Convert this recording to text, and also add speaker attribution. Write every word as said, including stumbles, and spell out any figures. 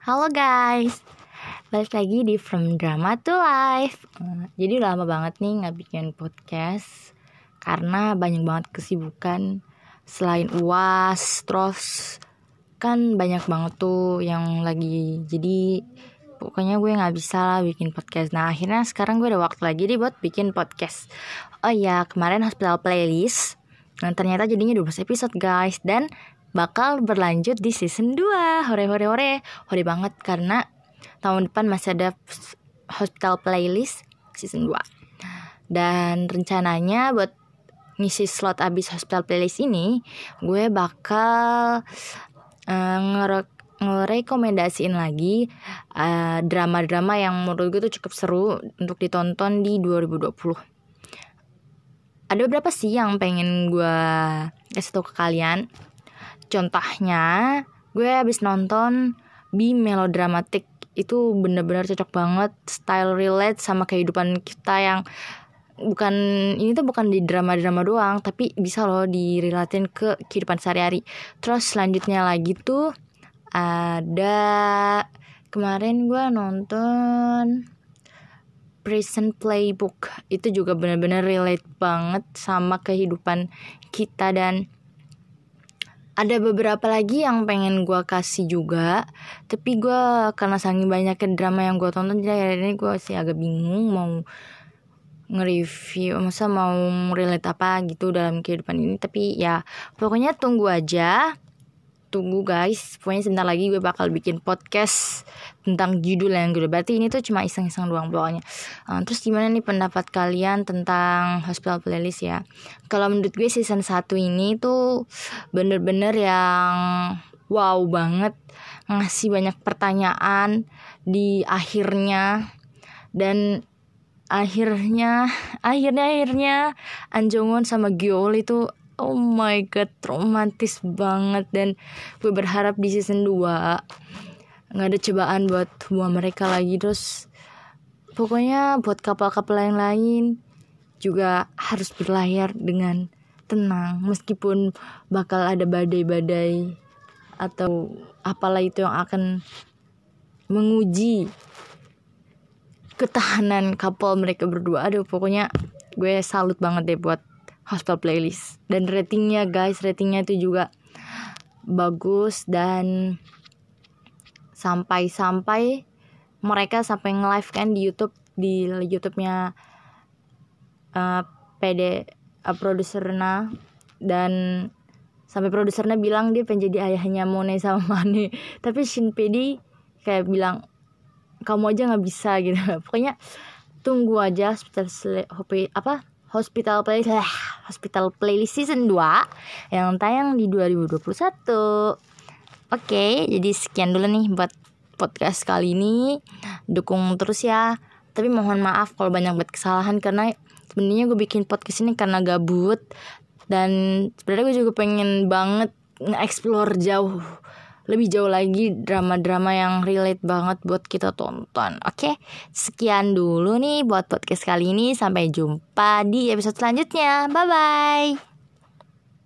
Speaker 1: Halo guys, balik lagi di From Drama to Life. Uh, Jadi udah lama banget nih gak bikin podcast karena banyak banget kesibukan. Selain U A S, terus kan banyak banget tuh yang lagi. Jadi pokoknya gue gak bisa lah bikin podcast. Nah akhirnya sekarang gue ada waktu lagi nih buat bikin podcast. Oh iya, kemarin Hospital Playlist, nah, ternyata jadinya dua belas episode guys. Dan bakal berlanjut di season dua. Hore hore hore. Hore banget karena tahun depan masih ada Hospital Playlist season dua. Dan rencananya buat ngisi slot abis Hospital Playlist ini, gue bakal uh, ngere- ngerekomendasiin lagi uh, drama-drama yang menurut gue tuh cukup seru untuk ditonton di dua ribu dua puluh. Ada beberapa sih yang pengen gue kasih tau ke kalian. Contohnya, gue habis nonton Be Melodramatic. Itu bener-bener cocok banget, style relate sama kehidupan kita yang bukan, ini tuh bukan di drama-drama doang, tapi bisa loh direlatin ke kehidupan sehari-hari. Terus selanjutnya lagi tuh ada kemarin gue nonton Prison Playbook. Itu juga bener-bener relate banget sama kehidupan kita. Dan ada beberapa lagi yang pengen gue kasih juga, tapi gue karena saking banyaknya drama yang gue tonton, jadi akhirnya ini gue sih agak bingung mau nge-review, masa mau relate apa gitu dalam kehidupan ini. Tapi ya pokoknya tunggu aja, tunggu guys. Pokoknya sebentar lagi gue bakal bikin podcast tentang judul yang gue. Berarti ini tuh cuma iseng-iseng doang pokoknya. uh, Terus gimana nih pendapat kalian tentang Hospital Playlist ya? Kalau menurut gue season satu ini tuh bener-bener yang wow banget, ngasih banyak pertanyaan di akhirnya. Dan akhirnya Akhirnya akhirnya An Jong Won sama Gyeol itu, oh my god, romantis banget. Dan gue berharap di season dua gak ada cobaan buat hubungan mereka lagi. Terus pokoknya buat couple-couple yang lain juga harus berlayar dengan tenang, meskipun bakal ada badai-badai atau apalah itu yang akan menguji ketahanan couple mereka berdua. Aduh pokoknya gue salut banget deh buat Hospital Playlist. Dan ratingnya guys, ratingnya itu juga bagus. Dan sampai-sampai mereka sampai nge-live kan di YouTube, di YouTube-nya uh, P D uh, produsernya. Dan sampai produsernya bilang dia pengen jadi ayahnya Mone sama Mane, tapi Shin Pedi kayak bilang kamu aja nggak bisa gitu. Pokoknya tunggu aja Hospital apa Hospital Playlist Hospital Playlist season dua yang tayang di dua ribu dua puluh satu. Oke, jadi sekian dulu nih buat podcast kali ini. Dukung terus ya. Tapi mohon maaf kalau banyak banget kesalahan, karena sebenarnya gue bikin podcast ini karena gabut. Dan sebenarnya gue juga pengen banget nge-explore jauh, lebih jauh lagi drama-drama yang relate banget buat kita tonton. Oke, sekian dulu nih buat podcast kali ini. Sampai jumpa di episode selanjutnya. Bye-bye.